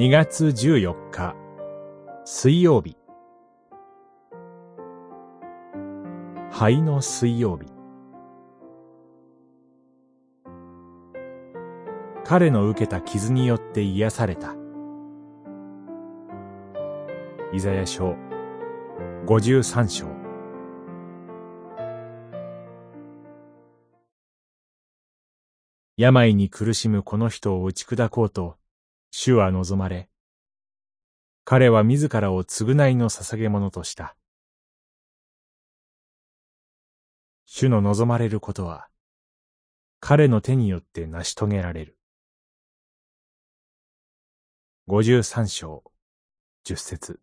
2月14日水曜日。灰の水曜日。彼の受けた傷によって癒された。イザヤ書53章。病に苦しむこの人を打ち砕こうと主は望まれ、彼は自らを償いの捧げ物とした。主の望まれることは彼の手によって成し遂げられる。53章10節。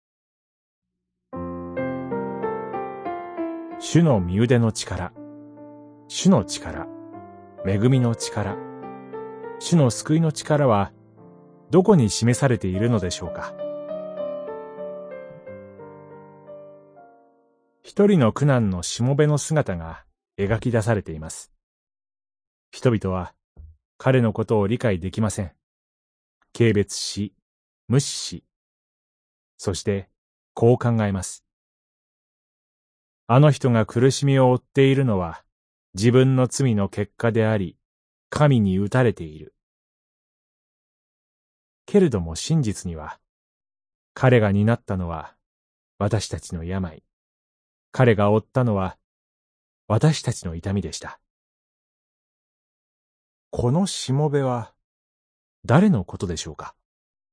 主の御腕の力、主の力、恵みの力、主の救いの力はどこに示されているのでしょうか。一人の苦難のしもべの姿が描き出されています。人々は彼のことを理解できません。軽蔑し、無視し、そしてこう考えます。あの人が苦しみを負っているのは自分の罪の結果であり、神に打たれている。けれども真実には、彼が担ったのは私たちの病、彼が負ったのは私たちの痛みでした。このしもべは誰のことでしょうか。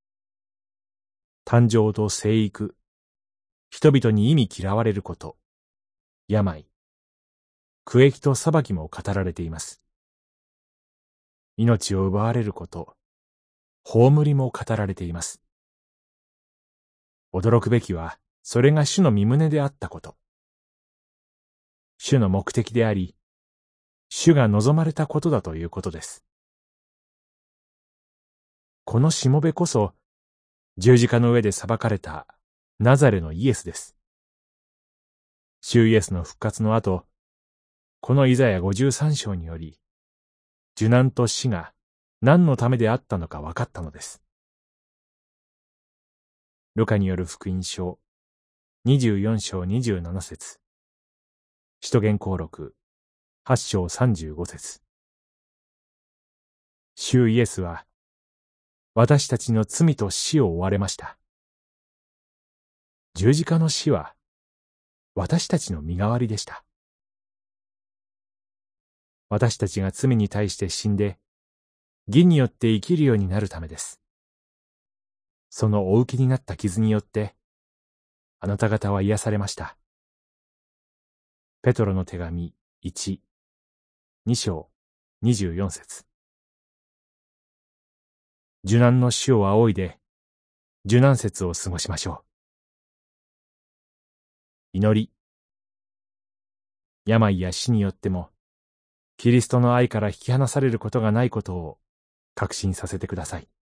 誕生と生育、人々に忌み嫌われること、病、苦役と裁きも語られています。命を奪われること、葬りも語られています。驚くべきは、それが主の御胸であったこと。主の目的であり、主が望まれたことだということです。このしもべこそ、十字架の上で裁かれたナザレのイエスです。主イエスの復活の後、このイザヤ53章により、受難と死が何のためであったのか分かったのです。ルカによる福音書24章27節、使徒言行録8章35節。主イエスは私たちの罪と死を追われました。十字架の死は私たちの身代わりでした。私たちが罪に対して死んで、義によって生きるようになるためです。そのお受けになった傷によって、あなた方は癒されました。ペトロの手紙1、2章24節。受難の死を仰いで、受難節を過ごしましょう。祈り。病や死によっても、キリストの愛から引き離されることがないことを確信させてください。